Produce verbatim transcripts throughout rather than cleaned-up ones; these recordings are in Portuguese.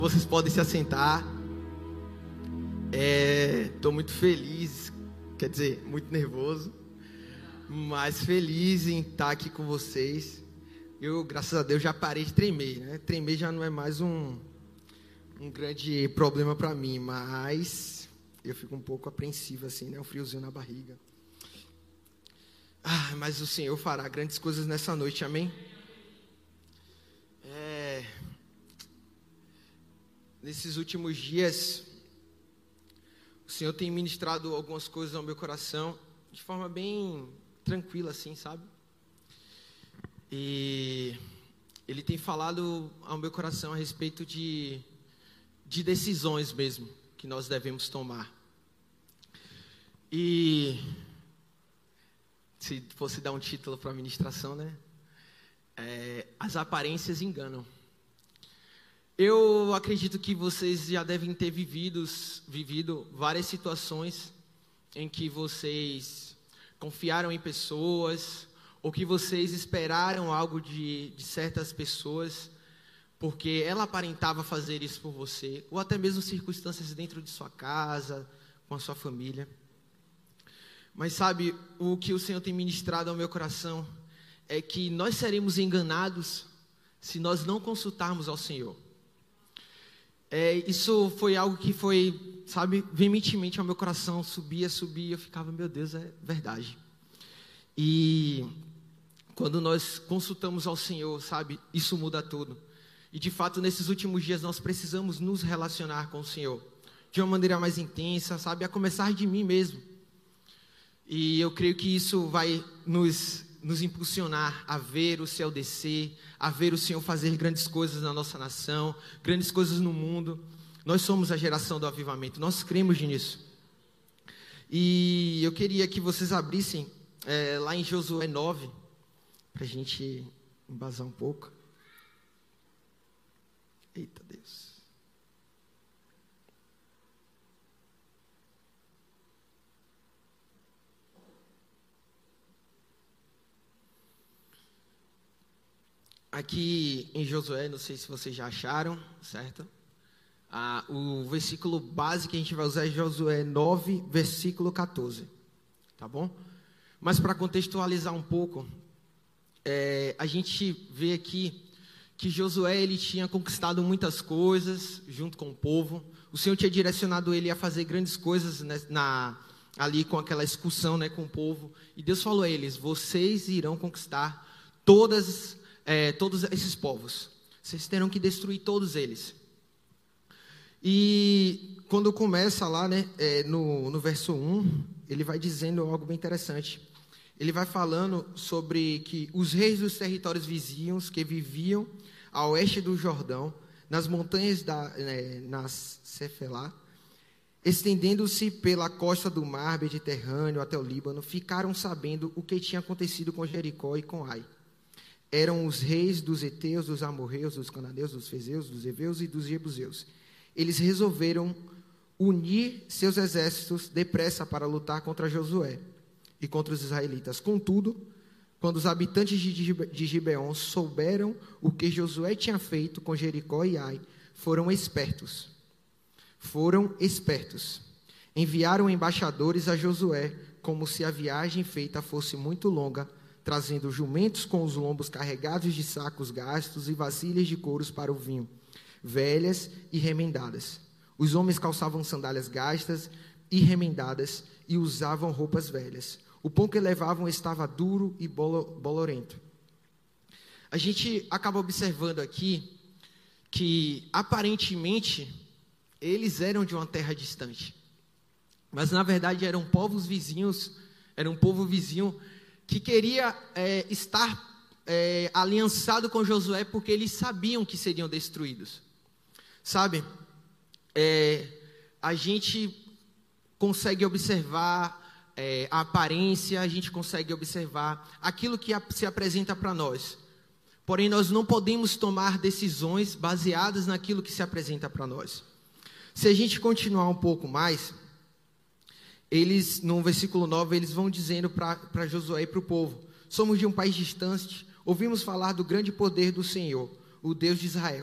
Vocês podem se assentar. Estou é, muito feliz, quer dizer, muito nervoso, mas feliz em estar aqui com vocês. Eu, graças a Deus, já parei de tremer, né? Tremer já não é mais um, um grande problema para mim, mas eu fico um pouco apreensivo assim, né? Um friozinho na barriga. Ah, mas o Senhor fará grandes coisas nessa noite, amém? É... Nesses últimos dias, o Senhor tem ministrado algumas coisas ao meu coração de forma bem tranquila, assim, sabe? E Ele tem falado ao meu coração a respeito de, de decisões mesmo que nós devemos tomar. E se fosse dar um título para a ministração, né? É, as aparências enganam. Eu acredito que vocês já devem ter vivido, vivido várias situações em que vocês confiaram em pessoas, ou que vocês esperaram algo de, de certas pessoas, porque ela aparentava fazer isso por você, ou até mesmo circunstâncias dentro de sua casa, com a sua família. Mas sabe, o que o Senhor tem ministrado ao meu coração é que nós seremos enganados se nós não consultarmos ao Senhor. É, isso foi algo que foi, sabe, veementemente ao meu coração, subia, subia, eu ficava, meu Deus, é verdade. E quando nós consultamos ao Senhor, sabe, isso muda tudo. E de fato, nesses últimos dias, nós precisamos nos relacionar com o Senhor de uma maneira mais intensa, sabe, a começar de mim mesmo. E eu creio que isso vai nos, nos impulsionar a ver o céu descer, a ver o Senhor fazer grandes coisas na nossa nação, grandes coisas no mundo. Nós somos a geração do avivamento, nós cremos nisso. E eu queria que vocês abrissem é, lá em Josué nove, para a gente embasar um pouco. Eita Deus. Aqui em Josué, não sei se vocês já acharam, certo? Ah, o versículo base que a gente vai usar é Josué nove, versículo catorze, tá bom? Mas para contextualizar um pouco, é, a gente vê aqui que Josué ele tinha conquistado muitas coisas junto com o povo. O Senhor tinha direcionado ele a fazer grandes coisas, né, na, ali com aquela excursão, né, com o povo. E Deus falou a eles, vocês irão conquistar todas É, todos esses povos, vocês terão que destruir todos eles. E quando começa lá, né, é, no, no verso um, ele vai dizendo algo bem interessante. Ele vai falando sobre que os reis dos territórios vizinhos que viviam a oeste do Jordão, nas montanhas da né, nas Cefelá, estendendo-se pela costa do mar Mediterrâneo até o Líbano, ficaram sabendo o que tinha acontecido com Jericó e com Ai. Eram os reis dos heteus, dos amorreus, dos cananeus, dos fezeus, dos heveus e dos jebuseus. Eles resolveram unir seus exércitos depressa para lutar contra Josué e contra os israelitas. Contudo, quando os habitantes de Gibeon souberam o que Josué tinha feito com Jericó e Ai, foram espertos. Foram espertos. Enviaram embaixadores a Josué, como se a viagem feita fosse muito longa, trazendo jumentos com os lombos carregados de sacos gastos e vasilhas de couros para o vinho, velhas e remendadas. Os homens calçavam sandálias gastas e remendadas e usavam roupas velhas. O pão que levavam estava duro e bolorento. A gente acaba observando aqui que, aparentemente, eles eram de uma terra distante. Mas, na verdade, eram povos vizinhos, era um povo vizinho que queria é, estar é, aliançado com Josué, porque eles sabiam que seriam destruídos. Sabe, é, a gente consegue observar é, a aparência, a gente consegue observar aquilo que a, se apresenta para nós. Porém, nós não podemos tomar decisões baseadas naquilo que se apresenta para nós. Se a gente continuar um pouco mais, eles, no versículo nove, eles vão dizendo para Josué e para o povo, somos de um país distante, ouvimos falar do grande poder do Senhor, o Deus de Israel.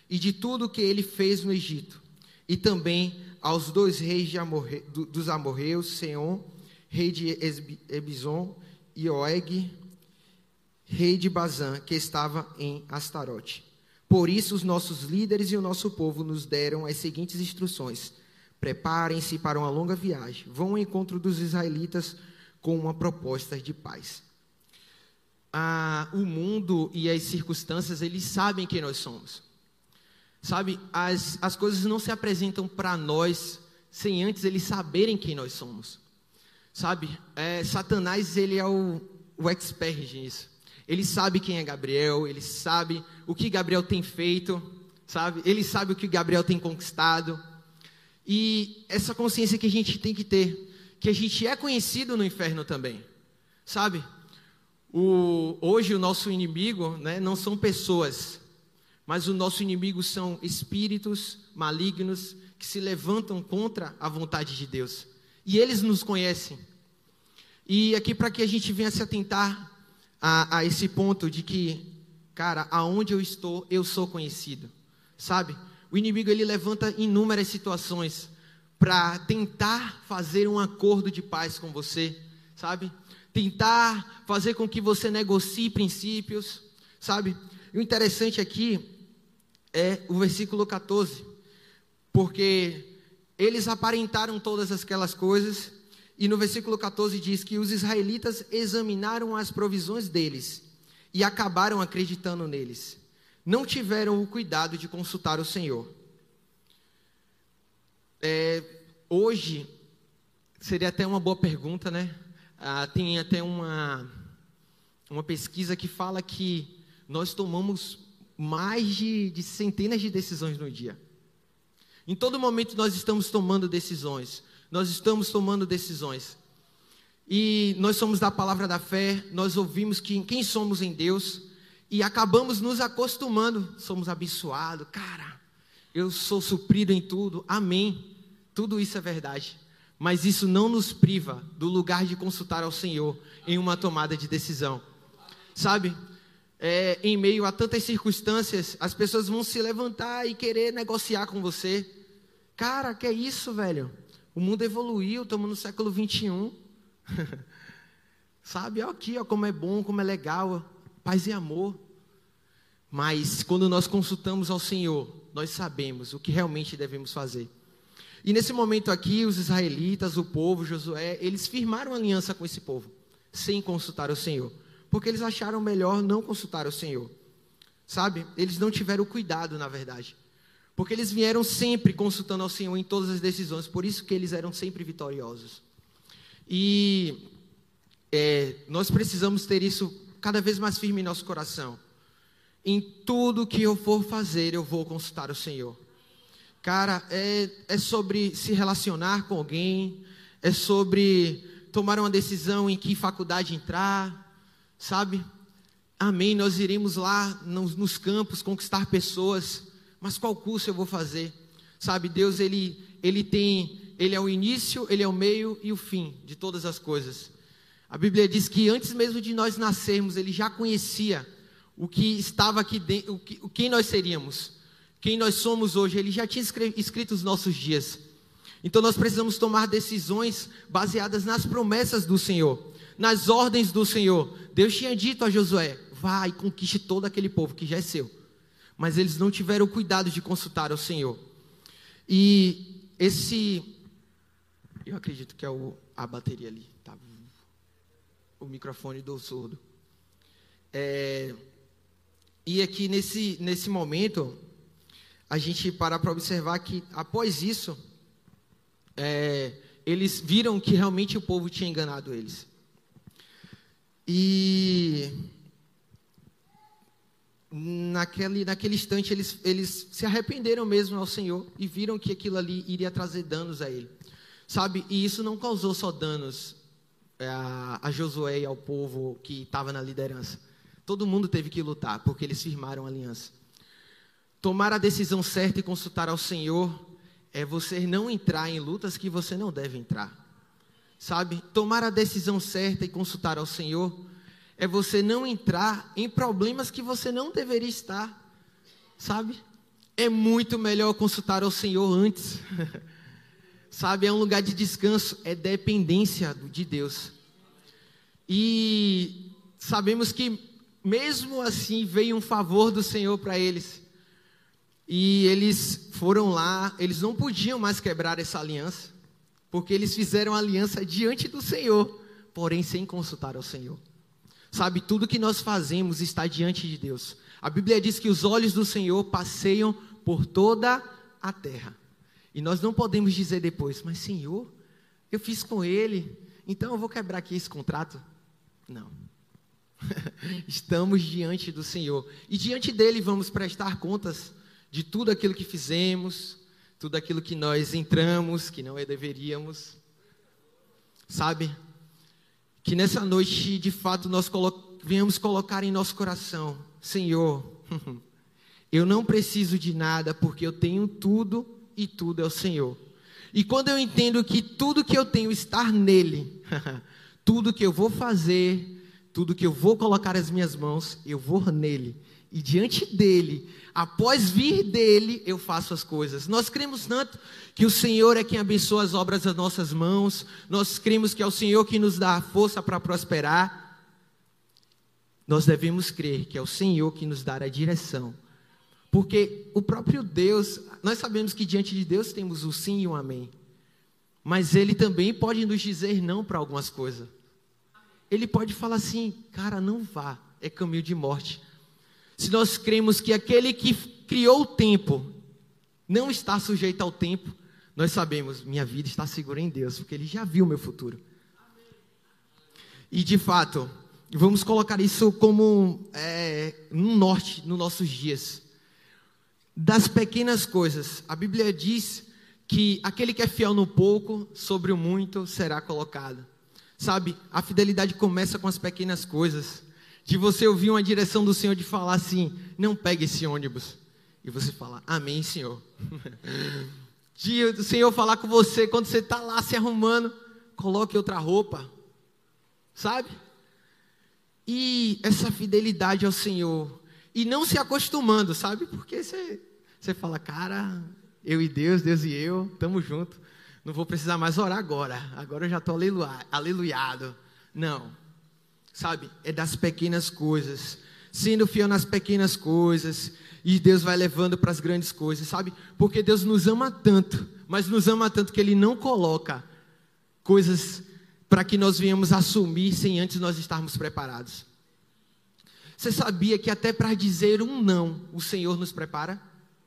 e de tudo que ele fez no Egito, e também aos dois reis de Amorre, do, dos amorreus, Seom, rei de Ebizon, e Og, rei de Bazã, que estava em Astarote. Por isso os nossos líderes e o nosso povo nos deram as seguintes instruções: preparem-se para uma longa viagem, vão ao encontro dos israelitas com uma proposta de paz. Ah, o mundo e as circunstâncias, eles sabem quem nós somos. Sabe, as, as coisas não se apresentam para nós sem antes eles saberem quem nós somos. Sabe, é, Satanás, ele é o, o expert nisso. Ele sabe quem é Gabriel, ele sabe o que Gabriel tem feito, sabe? Ele sabe o que Gabriel tem conquistado. E essa consciência que a gente tem que ter, que a gente é conhecido no inferno também, sabe? O, hoje o nosso inimigo, né, não são pessoas, mas o nosso inimigo são espíritos malignos que se levantam contra a vontade de Deus. E eles nos conhecem. E aqui para que a gente venha se atentar a, a esse ponto de que, cara, aonde eu estou, eu sou conhecido, sabe? O inimigo, ele levanta inúmeras situações para tentar fazer um acordo de paz com você, sabe? Tentar fazer com que você negocie princípios, sabe? E o interessante aqui é o versículo catorze, porque eles aparentaram todas aquelas coisas, e no versículo catorze diz que os israelitas examinaram as provisões deles e acabaram acreditando neles. Não tiveram o cuidado de consultar o Senhor. É, hoje, seria até uma boa pergunta, né? Ah, tem até uma, uma pesquisa que fala que nós tomamos mais de, de centenas de decisões no dia. Em todo momento nós estamos tomando decisões. Nós estamos tomando decisões. E nós somos da palavra da fé, nós ouvimos que, quem somos em Deus, e acabamos nos acostumando. Somos abençoados, cara, eu sou suprido em tudo, amém. Tudo isso é verdade. Mas isso não nos priva do lugar de consultar ao Senhor em uma tomada de decisão. Sabe, é, em meio a tantas circunstâncias, as pessoas vão se levantar e querer negociar com você. Cara, que é isso, velho? O mundo evoluiu, estamos no século vinte e um. Sabe, ó, aqui, ó, como é bom, como é legal, paz e amor. Mas quando nós consultamos ao Senhor, nós sabemos o que realmente devemos fazer. E nesse momento aqui, os israelitas, o povo, Josué, eles firmaram aliança com esse povo, sem consultar o Senhor, porque eles acharam melhor não consultar o Senhor. Sabe, eles não tiveram cuidado, na verdade, porque eles vieram sempre consultando ao Senhor em todas as decisões, por isso que eles eram sempre vitoriosos. E é, nós precisamos ter isso cada vez mais firme em nosso coração. Em tudo que eu for fazer, eu vou consultar o Senhor. Cara, é, é sobre se relacionar com alguém, é sobre tomar uma decisão em que faculdade entrar, sabe? Amém, nós iremos lá nos, nos campos conquistar pessoas, mas qual curso eu vou fazer? Sabe, Deus, ele, ele tem, ele é o início, ele é o meio e o fim de todas as coisas. A Bíblia diz que antes mesmo de nós nascermos, ele já conhecia o que estava aqui dentro, o que, quem nós seríamos, quem nós somos hoje. Ele já tinha escrito os nossos dias. Então nós precisamos tomar decisões baseadas nas promessas do Senhor, nas ordens do Senhor. Deus tinha dito a Josué: vá e conquiste todo aquele povo que já é seu. Mas eles não tiveram o cuidado de consultar ao Senhor. E esse, eu acredito que é o, a bateria ali, tá? O microfone do surdo. É, e aqui nesse, nesse momento, a gente para para observar que após isso, é, eles viram que realmente o povo tinha enganado eles. E naquele, naquele instante eles, eles se arrependeram mesmo ao Senhor e viram que aquilo ali iria trazer danos a ele, sabe? E isso não causou só danos a, a Josué e ao povo que estava na liderança. Todo mundo teve que lutar, porque eles firmaram aliança. Tomar a decisão certa e consultar ao Senhor é você não entrar em lutas que você não deve entrar, sabe? Tomar a decisão certa e consultar ao Senhor é você não entrar em problemas que você não deveria estar, sabe? é muito melhor consultar ao Senhor antes. Sabe, é um lugar de descanso, é dependência de Deus. E sabemos que mesmo assim veio um favor do Senhor para eles. E eles foram lá, eles não podiam mais quebrar essa aliança, porque eles fizeram aliança diante do Senhor, porém sem consultar ao Senhor. Sabe, tudo que nós fazemos está diante de Deus. A Bíblia diz que os olhos do Senhor passeiam por toda a terra. E nós não podemos dizer depois, mas Senhor, eu fiz com ele, então eu vou quebrar aqui esse contrato. Não. Estamos diante do Senhor. E diante dele vamos prestar contas de tudo aquilo que fizemos, tudo aquilo que nós entramos, que não deveríamos. Sabe? Que nessa noite, de fato, nós colo- venhamos colocar em nosso coração, Senhor, eu não preciso de nada, porque eu tenho tudo e tudo é o Senhor. E quando eu entendo que tudo que eu tenho está nele, tudo que eu vou fazer, tudo que eu vou colocar as minhas mãos, eu vou nele. E diante dele, após vir dele, eu faço as coisas. Nós cremos tanto que o Senhor é quem abençoa as obras das nossas mãos. Nós cremos que é o Senhor que nos dá a força para prosperar. Nós devemos crer que é o Senhor que nos dá a direção. Porque o próprio Deus, nós sabemos que diante de Deus temos o sim e o amém. Mas Ele também pode nos dizer não para algumas coisas. Ele pode falar assim, cara, não vá, é caminho de morte. Se nós cremos que aquele que criou o tempo não está sujeito ao tempo, nós sabemos, minha vida está segura em Deus, porque Ele já viu o meu futuro. E de fato, vamos colocar isso como é, um norte nos nossos dias. Das pequenas coisas, a Bíblia diz que aquele que é fiel no pouco, sobre o muito será colocado. Sabe, a fidelidade começa com as pequenas coisas. De você ouvir uma direção do Senhor de falar assim, não pegue esse ônibus. E você fala, amém, Senhor. De o Senhor falar com você, quando você está lá se arrumando, coloque outra roupa. Sabe? E essa fidelidade ao Senhor. E não se acostumando, sabe? Porque você, você fala, cara, eu e Deus, Deus e eu, estamos juntos. Não vou precisar mais orar agora. Agora eu já estou aleluiado. Não. Sabe? É das pequenas coisas. Sendo fiel nas pequenas coisas. E Deus vai levando para as grandes coisas, sabe? Porque Deus nos ama tanto. Mas nos ama tanto que Ele não coloca coisas para que nós venhamos assumir sem antes nós estarmos preparados. Você sabia que até para dizer um não, o Senhor nos prepara?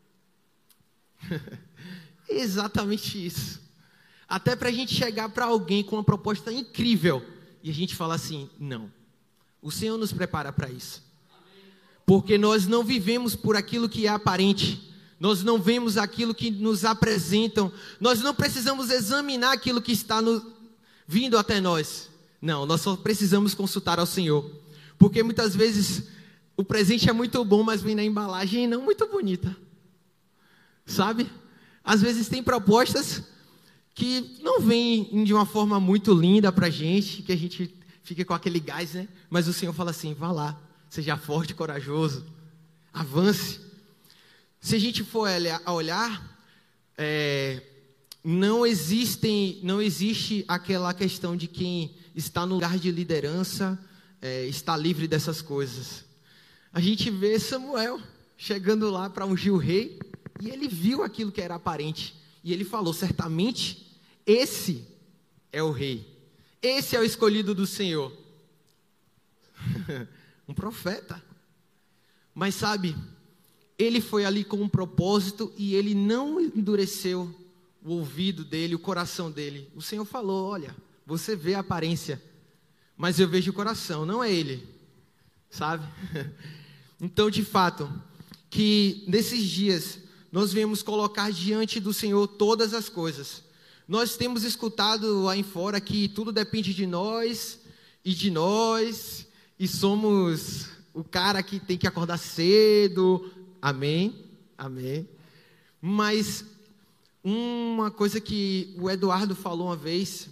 Exatamente isso. Até para a gente chegar para alguém com uma proposta incrível e a gente falar assim, não. O Senhor nos prepara para isso. Porque nós não vivemos por aquilo que é aparente. Nós não vemos aquilo que nos apresentam. Nós não precisamos examinar aquilo que está no, vindo até nós. Não, nós só precisamos consultar ao Senhor. Porque muitas vezes o presente é muito bom, mas vem na embalagem não muito bonita. Sabe? Às vezes tem propostas que não vêm de uma forma muito linda para a gente, que a gente fica com aquele gás, né? Mas o Senhor fala assim, vá lá, seja forte e corajoso, avance. Se a gente for a olhar, é, não, existem, não existe aquela questão de quem está no lugar de liderança, é, está livre dessas coisas. A gente vê Samuel chegando lá para ungir o rei, e ele viu aquilo que era aparente, e ele falou, certamente, esse é o rei, esse é o escolhido do Senhor. Um profeta. Mas sabe, ele foi ali com um propósito, e ele não endureceu o ouvido dele, o coração dele. O Senhor falou, olha, você vê a aparência, mas eu vejo o coração, não é ele, sabe? Então, de fato, que nesses dias nós viemos colocar diante do Senhor todas as coisas. Nós temos escutado aí fora que tudo depende de nós e de nós, e somos o cara que tem que acordar cedo, amém, amém. Mas uma coisa que o Eduardo falou uma vez,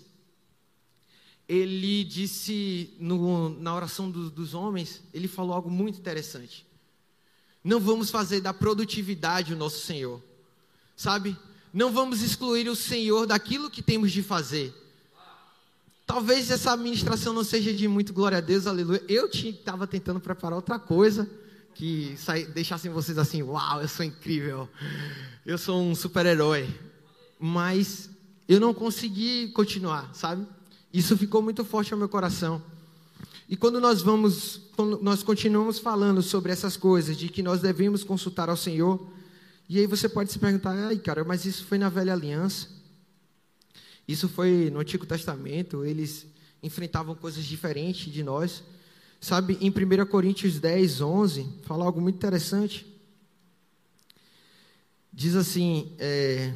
ele disse no, na oração do, dos homens, ele falou algo muito interessante. Não vamos fazer da produtividade o nosso Senhor, sabe? Não vamos excluir o Senhor daquilo que temos de fazer. Talvez essa administração não seja de muito glória a Deus, aleluia. Eu estava tentando preparar outra coisa, que sai, deixassem vocês assim, uau, eu sou incrível, eu sou um super-herói. Mas eu não consegui continuar, sabe? Isso ficou muito forte ao meu coração. E quando nós vamos, quando nós continuamos falando sobre essas coisas, de que nós devemos consultar ao Senhor, e aí você pode se perguntar, ai cara, mas isso foi na velha aliança, isso foi no Antigo Testamento, eles enfrentavam coisas diferentes de nós, sabe? Em primeira Coríntios dez, onze, fala algo muito interessante, diz assim, é,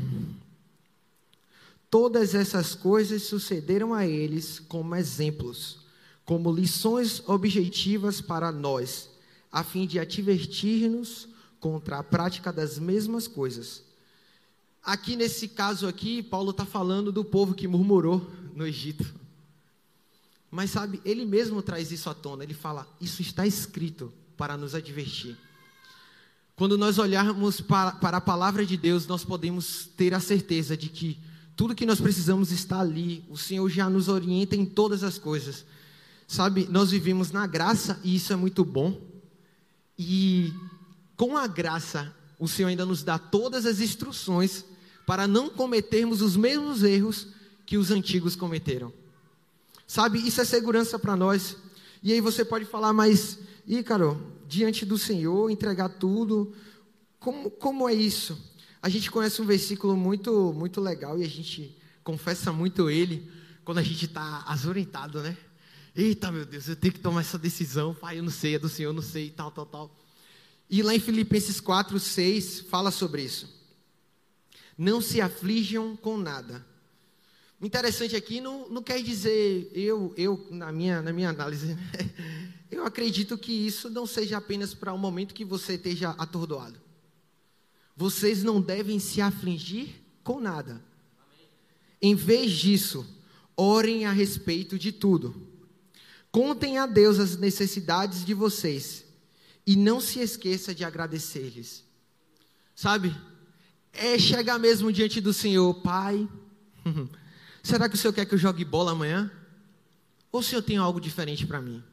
todas essas coisas sucederam a eles como exemplos, como lições objetivas para nós, a fim de advertir-nos contra a prática das mesmas coisas. Aqui nesse caso aqui, Paulo está falando do povo que murmurou no Egito. Mas sabe, ele mesmo traz isso à tona, ele fala, isso está escrito para nos advertir. Quando nós olharmos para, para a palavra de Deus, nós podemos ter a certeza de que tudo que nós precisamos está ali, o Senhor já nos orienta em todas as coisas. Sabe, nós vivemos na graça e isso é muito bom. E com a graça, o Senhor ainda nos dá todas as instruções para não cometermos os mesmos erros que os antigos cometeram. Sabe, isso é segurança para nós. E aí você pode falar, mas, Ícaro, diante do Senhor, entregar tudo, como, como é isso? A gente conhece um versículo muito, muito legal e a gente confessa muito ele quando a gente está azorentado, né? Eita, meu Deus, eu tenho que tomar essa decisão, pai, eu não sei, é do Senhor, eu não sei, tal, tal, tal. E lá em Filipenses quatro, seis, fala sobre isso. Não se aflijam com nada. O interessante aqui não, não quer dizer, eu, eu na, minha, na minha análise, né? Eu acredito que isso não seja apenas para o momento que você esteja atordoado. Vocês não devem se afligir com nada. Em vez disso, orem a respeito de tudo. Contem a Deus as necessidades de vocês e não se esqueça de agradecer-lhes. Sabe? É chegar mesmo diante do Senhor, Pai, será que o Senhor quer que eu jogue bola amanhã? Ou o Senhor tem algo diferente para mim?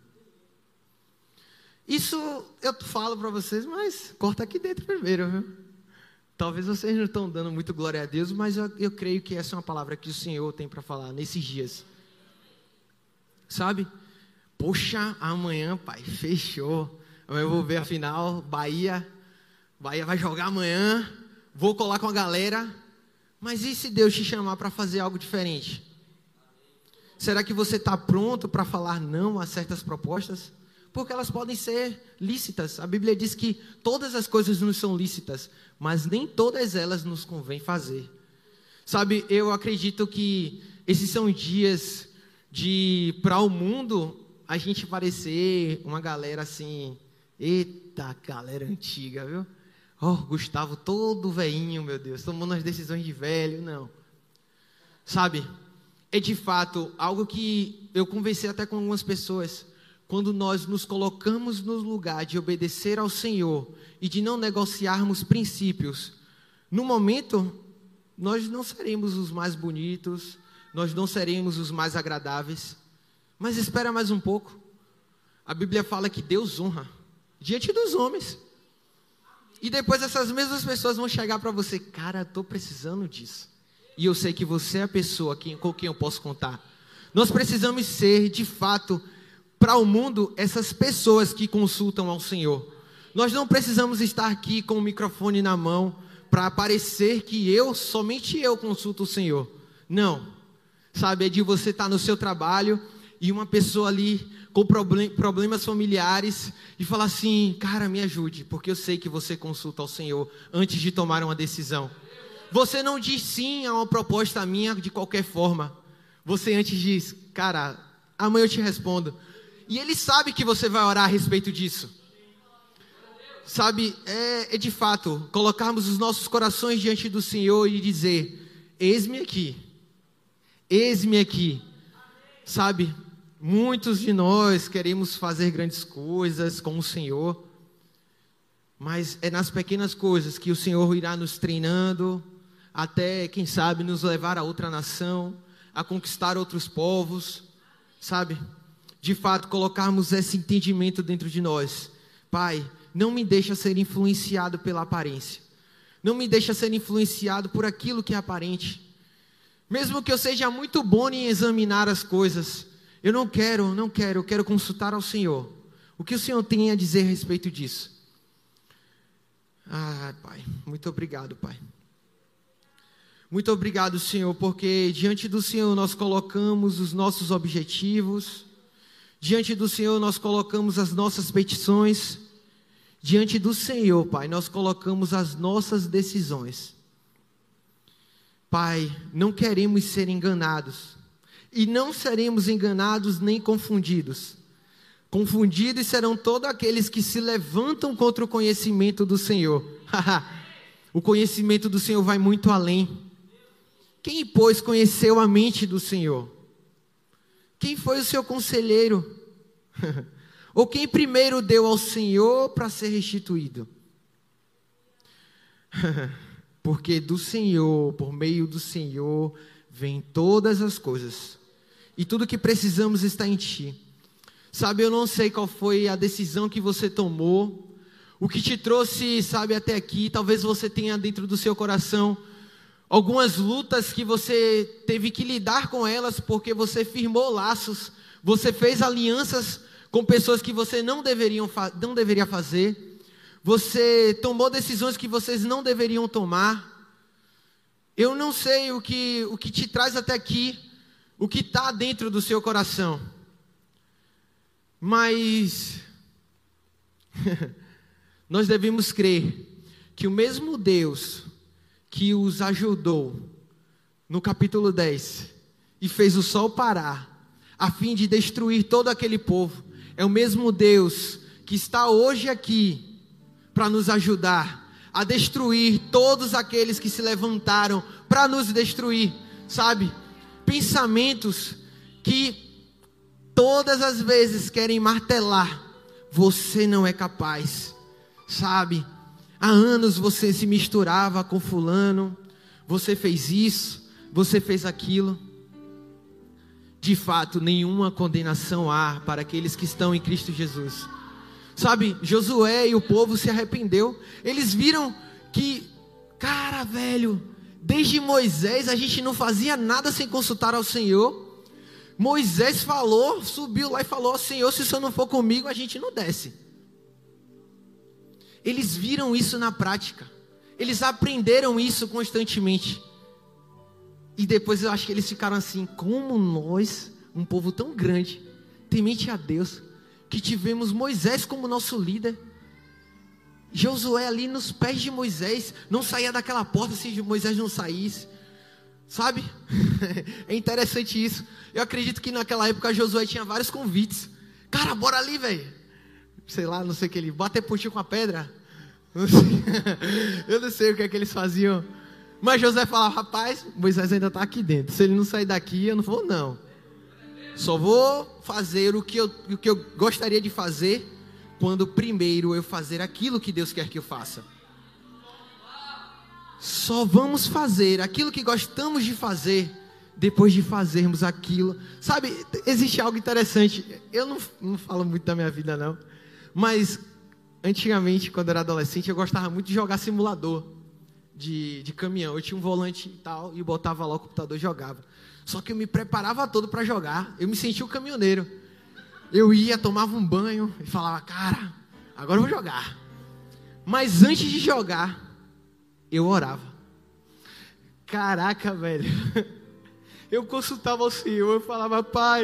Isso eu falo para vocês, mas corta aqui dentro primeiro, viu? Talvez vocês não estão dando muito glória a Deus, mas eu, eu creio que essa é uma palavra que o Senhor tem para falar nesses dias. Sabe? Poxa, amanhã, pai, fechou. Amanhã eu vou ver a final, Bahia, Bahia vai jogar amanhã, vou colar com a galera. Mas e se Deus te chamar para fazer algo diferente? Será que você está pronto para falar não a certas propostas? Porque elas podem ser lícitas. A Bíblia diz que todas as coisas nos são lícitas, mas nem todas elas nos convém fazer. Sabe, eu acredito que esses são dias de, para o mundo, a gente parecer uma galera assim, eita, galera antiga, viu? Oh, Gustavo, todo velhinho, meu Deus, tomando as decisões de velho, não. Sabe, é de fato algo que eu conversei até com algumas pessoas. Quando nós nos colocamos no lugar de obedecer ao Senhor e de não negociarmos princípios, no momento, nós não seremos os mais bonitos, nós não seremos os mais agradáveis, mas espera mais um pouco. A Bíblia fala que Deus honra diante dos homens. E depois essas mesmas pessoas vão chegar para você, cara, estou precisando disso. E eu sei que você é a pessoa quem, com quem eu posso contar. Nós precisamos ser, de fato, para o mundo, essas pessoas que consultam ao Senhor. Nós não precisamos estar aqui com o microfone na mão para parecer que eu, somente eu consulto o Senhor. Não. Sabe, é de você estar no seu trabalho e uma pessoa ali com problem- problemas familiares e falar assim, cara, me ajude, porque eu sei que você consulta ao Senhor antes de tomar uma decisão. Você não diz sim a uma proposta minha de qualquer forma. Você antes diz, cara, amanhã eu te respondo. E Ele sabe que você vai orar a respeito disso. Sabe, é, é de fato, colocarmos os nossos corações diante do Senhor e dizer, eis-me aqui, eis-me aqui. Sabe, muitos de nós queremos fazer grandes coisas com o Senhor, Mas é nas pequenas coisas que o Senhor irá nos treinando, até, quem sabe, nos levar a outra nação, a conquistar outros povos, sabe? De fato, colocarmos esse entendimento dentro de nós. Pai, não me deixa ser influenciado pela aparência. Não me deixa ser influenciado por aquilo que é aparente. Mesmo que eu seja muito bom em examinar as coisas, eu não quero, não quero, eu quero consultar ao Senhor. O que o Senhor tem a dizer a respeito disso? Ah, Pai, muito obrigado, Pai. Muito obrigado, Senhor, porque diante do Senhor nós colocamos os nossos objetivos, diante do Senhor nós colocamos as nossas petições, diante do Senhor, Pai, nós colocamos as nossas decisões. Pai, não queremos ser enganados, e não seremos enganados nem confundidos. Confundidos serão todos aqueles que se levantam contra o conhecimento do Senhor. O conhecimento do Senhor vai muito além. Quem, pois, conheceu a mente do Senhor? Quem foi o seu conselheiro? Ou quem primeiro deu ao Senhor para ser restituído? Porque do Senhor, por meio do Senhor, vêm todas as coisas. E tudo que precisamos está em Ti. Sabe, eu não sei qual foi a decisão que você tomou, o que te trouxe, sabe, até aqui. Talvez você tenha dentro do seu coração algumas lutas que você teve que lidar com elas, porque você firmou laços, você fez alianças com pessoas que você não, deveriam, não deveria fazer, você tomou decisões que vocês não deveriam tomar. Eu não sei o que, o que te traz até aqui, o que está dentro do seu coração. Mas nós devemos crer que o mesmo Deus que os ajudou no capítulo dez e fez o sol parar a fim de destruir todo aquele povo, é o mesmo Deus que está hoje aqui para nos ajudar a destruir todos aqueles que se levantaram para nos destruir, sabe? Pensamentos que todas as vezes querem martelar, você não é capaz, sabe? Há anos você se misturava com fulano, você fez isso, você fez aquilo. De fato, nenhuma condenação há para aqueles que estão em Cristo Jesus. Sabe, Josué e o povo se arrependeu. Eles viram que, cara, velho, desde Moisés a gente não fazia nada sem consultar ao Senhor. Moisés falou, subiu lá e falou: Senhor, se o Senhor não for comigo, a gente não desce. Eles viram isso na prática. Eles aprenderam isso constantemente. E depois eu acho que eles ficaram assim: como nós, um povo tão grande, temente a Deus, que tivemos Moisés como nosso líder. Josué ali nos pés de Moisés, não saía daquela porta se Moisés não saísse. Sabe? É interessante isso. Eu acredito que naquela época Josué tinha vários convites. Cara, bora ali, velho. Sei lá, não sei o que ele... Bater pontinho com a pedra. Não sei. Eu não sei o que é que eles faziam. Mas Josué falava: rapaz, Moisés ainda está aqui dentro. Se ele não sair daqui, eu não vou não. Só vou fazer o que eu, o que eu gostaria de fazer quando primeiro eu fazer aquilo que Deus quer que eu faça. Só vamos fazer aquilo que gostamos de fazer depois de fazermos aquilo. Sabe, existe algo interessante. Eu não, não falo muito da minha vida não, mas antigamente, quando eu era adolescente, eu gostava muito de jogar simulador de, de caminhão. Eu tinha um volante e tal, e botava lá o computador e jogava. Só que eu me preparava todo para jogar. Eu me sentia um caminhoneiro. Eu ia, tomava um banho e falava: cara, agora eu vou jogar. Mas antes de jogar, eu orava. Caraca, velho. Eu consultava o Senhor, eu falava: Pai,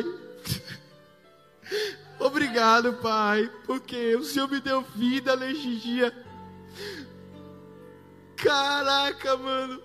obrigado, Pai, porque o Senhor me deu vida neste dia. Caraca, mano.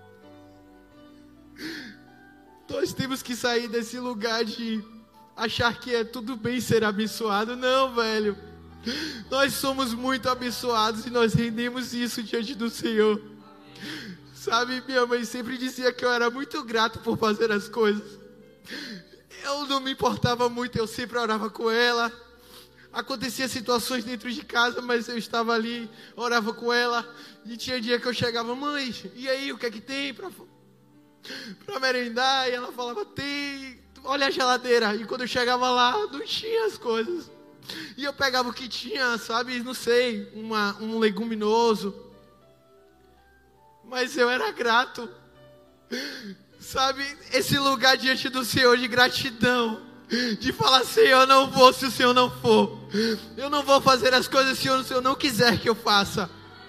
Nós temos que sair desse lugar de achar que é tudo bem ser abençoado. Não, velho. Nós somos muito abençoados e nós rendemos isso diante do Senhor. Sabe, minha mãe sempre dizia que eu era muito grato por fazer as coisas. Eu não me importava muito, eu sempre orava com ela. acontecia situações dentro de casa, mas eu estava ali, orava com ela, e tinha dia que eu chegava, mãe, e aí, o que é que tem para para merendar? E ela falava, tem, olha a geladeira. E quando eu chegava lá, não tinha as coisas. E eu pegava o que tinha, sabe, não sei, uma, um leguminoso. Mas eu era grato, sabe, esse lugar diante do Senhor de gratidão, de falar, Senhor, eu não vou se o Senhor não for, eu não vou fazer as coisas se o Senhor não quiser que eu faça.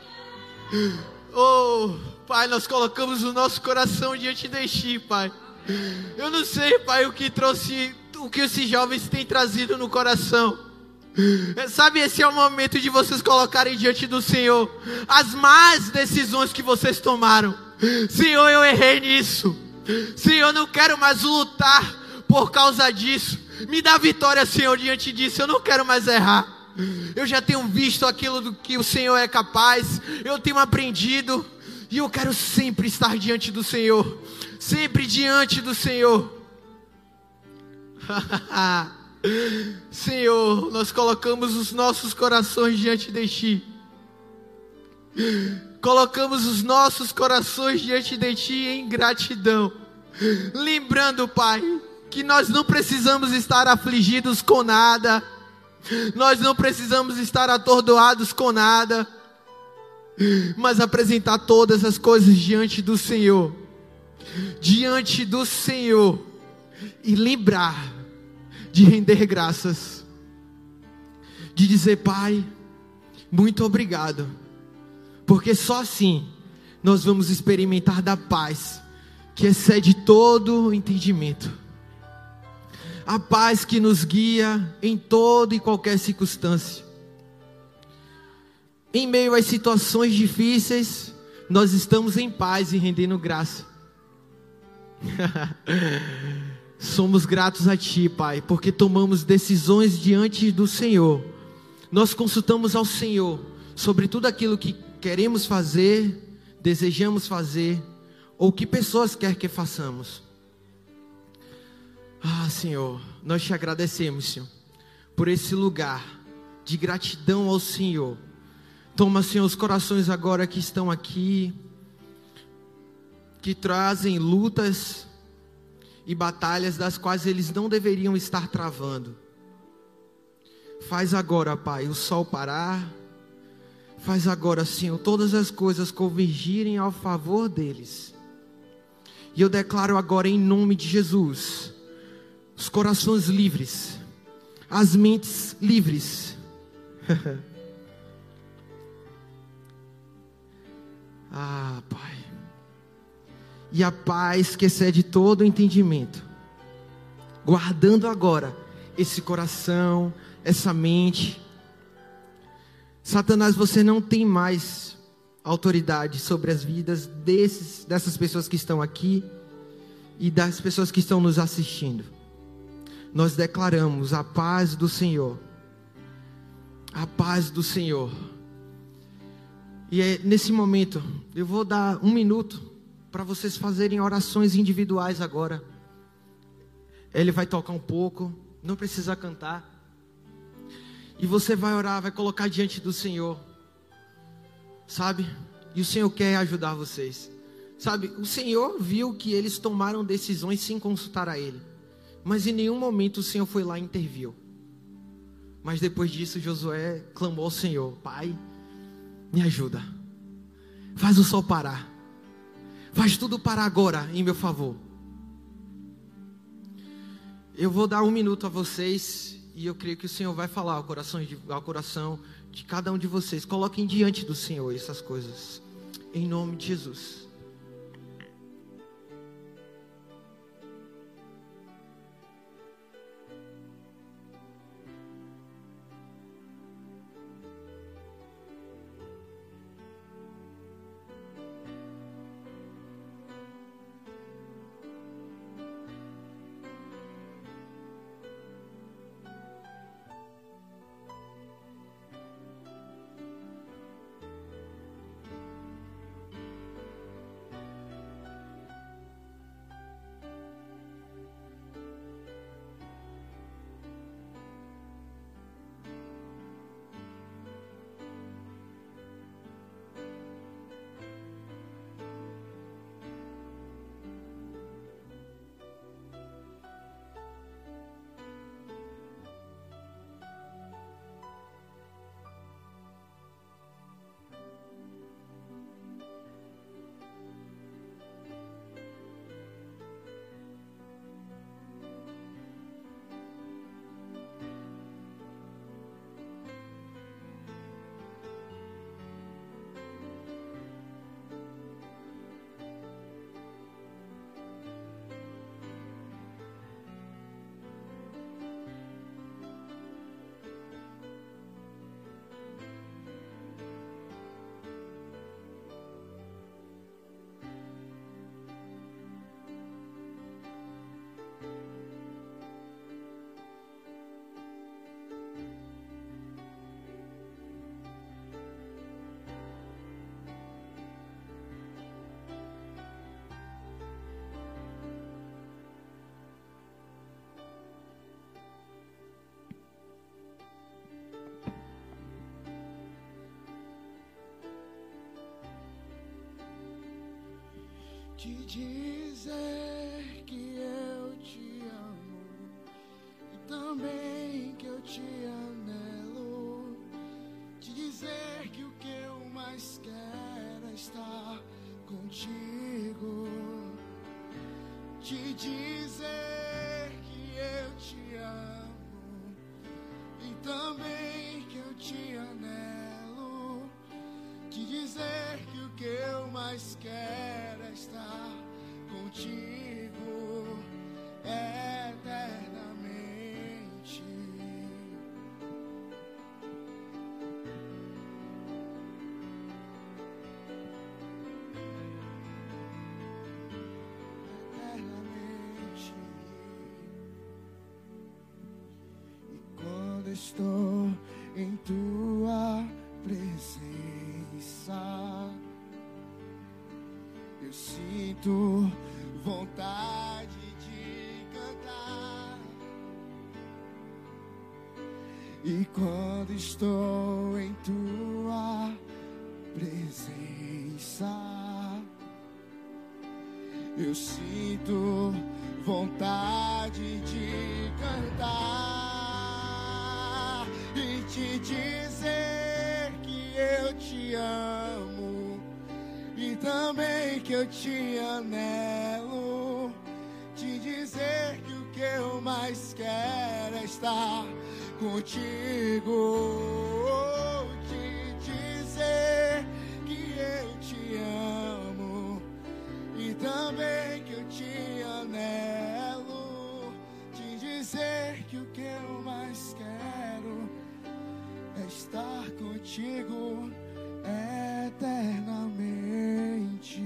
Oh, Pai, nós colocamos o nosso coração diante de Ti, Pai. Eu não sei, Pai, o que trouxe, o que esses jovens têm trazido no coração. Sabe, esse é o momento de vocês colocarem diante do Senhor as más decisões que vocês tomaram. Senhor, eu errei nisso. Senhor, eu não quero mais lutar por causa disso. Me dá vitória, Senhor, diante disso. Eu não quero mais errar. Eu já tenho visto aquilo do que o Senhor é capaz. Eu tenho aprendido. E eu quero sempre estar diante do Senhor. Sempre diante do Senhor. Senhor, nós colocamos os nossos corações diante de Ti. Colocamos os nossos corações diante de Ti em gratidão. Lembrando, Pai, que nós não precisamos estar afligidos com nada. Nós não precisamos estar atordoados com nada. Mas apresentar todas as coisas diante do Senhor. Diante do Senhor. E lembrar de render graças, de dizer, Pai, muito obrigado, porque só assim nós vamos experimentar da paz que excede todo o entendimento, a paz que nos guia em toda e qualquer circunstância. Em meio às situações difíceis, nós estamos em paz e rendendo graça. Somos gratos a Ti, Pai, porque tomamos decisões diante do Senhor. Nós consultamos ao Senhor sobre tudo aquilo que queremos fazer, desejamos fazer, ou que pessoas quer que façamos. Ah, Senhor, nós Te agradecemos, Senhor, por esse lugar de gratidão ao Senhor. Toma, Senhor, os corações agora que estão aqui, que trazem lutas e batalhas das quais eles não deveriam estar travando. Faz agora, Pai, o sol parar. Faz agora, Senhor, todas as coisas convergirem ao favor deles. E eu declaro agora em nome de Jesus, os corações livres, as mentes livres. Ah, Pai. E a paz que excede todo o entendimento, guardando agora esse coração, essa mente. Satanás, você não tem mais autoridade sobre as vidas desses, dessas pessoas que estão aqui e das pessoas que estão nos assistindo. Nós declaramos a paz do Senhor, a paz do Senhor. E é nesse momento, eu vou dar um minuto para vocês fazerem orações individuais agora. Ele vai tocar um pouco, não precisa cantar. E você vai orar, vai colocar diante do Senhor, sabe? E o Senhor quer ajudar vocês, sabe? O Senhor viu que eles tomaram decisões sem consultar a Ele, mas em nenhum momento o Senhor foi lá e interviu. Mas depois disso Josué clamou ao Senhor: Pai, me ajuda, faz o sol parar, faz tudo parar agora em meu favor. Eu vou dar um minuto a vocês, e eu creio que o Senhor vai falar ao coração de, ao coração de cada um de vocês. Coloquem diante do Senhor essas coisas, em nome de Jesus. te dizer que eu te amo e também que eu te anelo, te dizer que o que eu mais quero é estar contigo, te dizer que eu te amo e também que eu te anelo, te dizer que o que eu mais quero é estar contigo eternamente. Eternamente. E quando estou em tua presença, eu sinto vontade de cantar. E quando estou em tua presença, eu sinto vontade de cantar e te dizer que eu te amo e também que eu te anelo, te dizer que o que eu mais quero é estar contigo, te dizer que eu te amo e também que eu te anelo, te dizer que o que eu mais quero é estar contigo eternamente.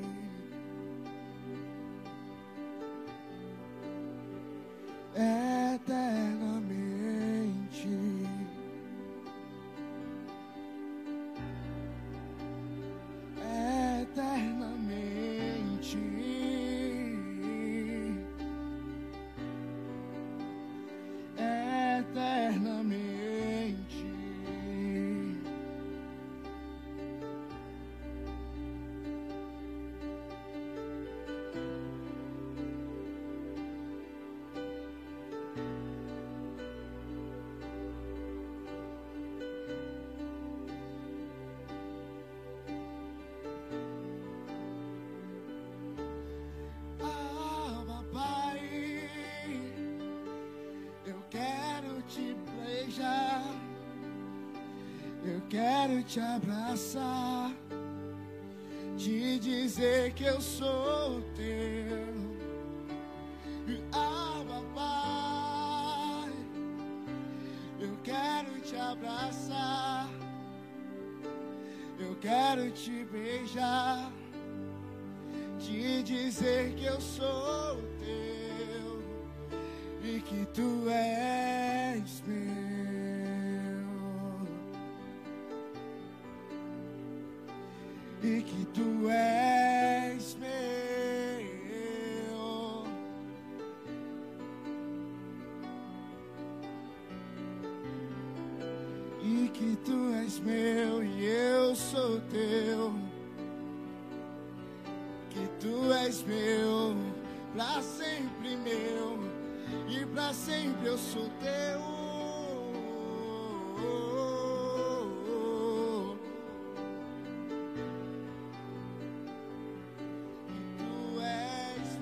Eternamente. Eternamente. Eternamente. Ah, papai, eu quero te beijar, eu quero te abraçar, te dizer que eu sou teu. Ah, papai, eu quero te abraçar, eu quero te beijar, te dizer que eu sou teu e que tu és meu, e que tu és meu, e que tu és meu e eu sou teu, que tu és meu, pra sempre meu, e pra sempre eu sou teu. Tu és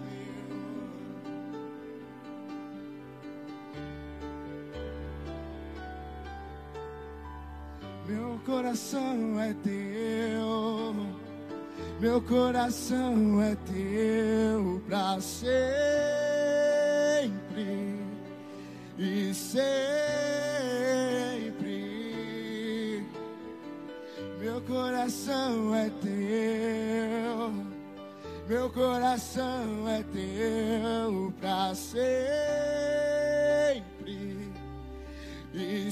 meu. Meu coração é teu. Meu coração é teu pra sempre e sempre. Meu coração é teu. Meu coração é teu pra sempre e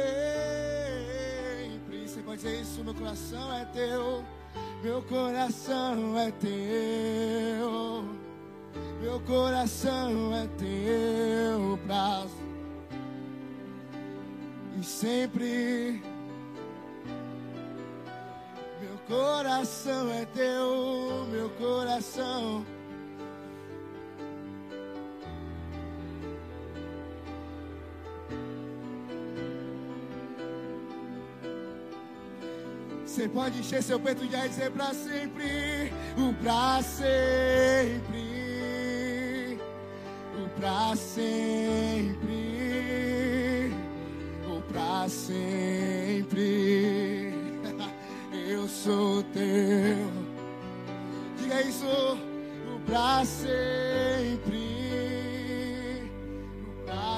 sempre. Você pode dizer isso? Meu coração é teu. Meu coração é teu, meu coração é teu pra e sempre. Meu coração é teu, meu coração. Você pode encher seu peito de dizer pra sempre, o pra sempre, o pra sempre, o pra sempre. Eu sou teu. Diga isso, o pra sempre, o pra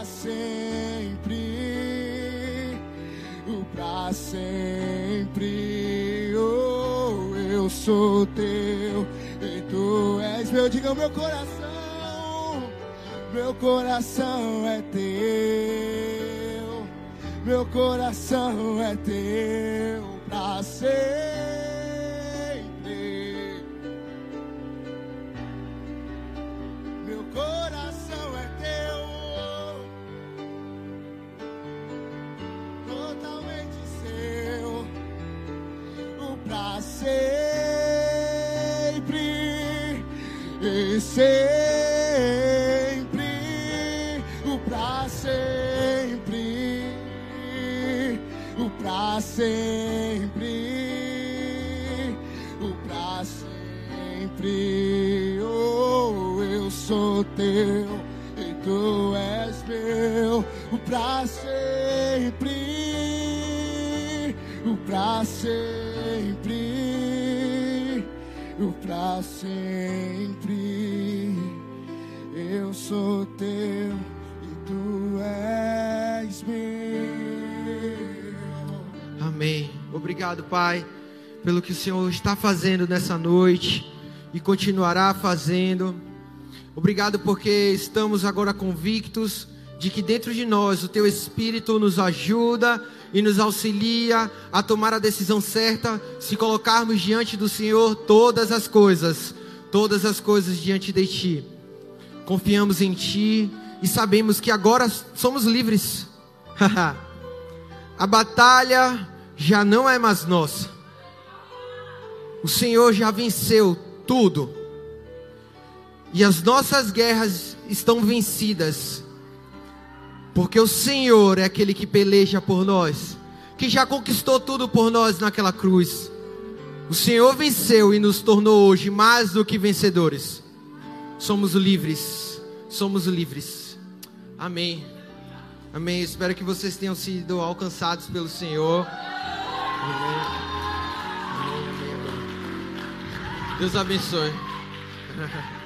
sempre, o pra sempre. Oh, eu sou teu e tu és meu. Diga, meu coração, meu coração é teu, meu coração é teu pra sempre. Meu coração é teu, totalmente seu, o pra sempre e sempre, o pra sempre, o pra sempre, o pra sempre. Oh, eu sou teu e tu és meu, o pra sempre, o pra sempre, o pra sempre. Eu sou teu e tu és meu. Amém. Obrigado, Pai, pelo que o Senhor está fazendo nessa noite e continuará fazendo. Obrigado porque estamos agora convictos de que dentro de nós o Teu Espírito nos ajuda e nos auxilia a tomar a decisão certa, se colocarmos diante do Senhor todas as coisas, todas as coisas diante de Ti. Confiamos em Ti e sabemos que agora somos livres. A batalha já não é mais nossa. O Senhor já venceu tudo. E as nossas guerras estão vencidas. Porque o Senhor é aquele que peleja por nós, que já conquistou tudo por nós naquela cruz. O Senhor venceu e nos tornou hoje mais do que vencedores. Somos livres. Somos livres. Amém. Amém. Espero que vocês tenham sido alcançados pelo Senhor. Amém. Amém, amém, amém. Deus abençoe.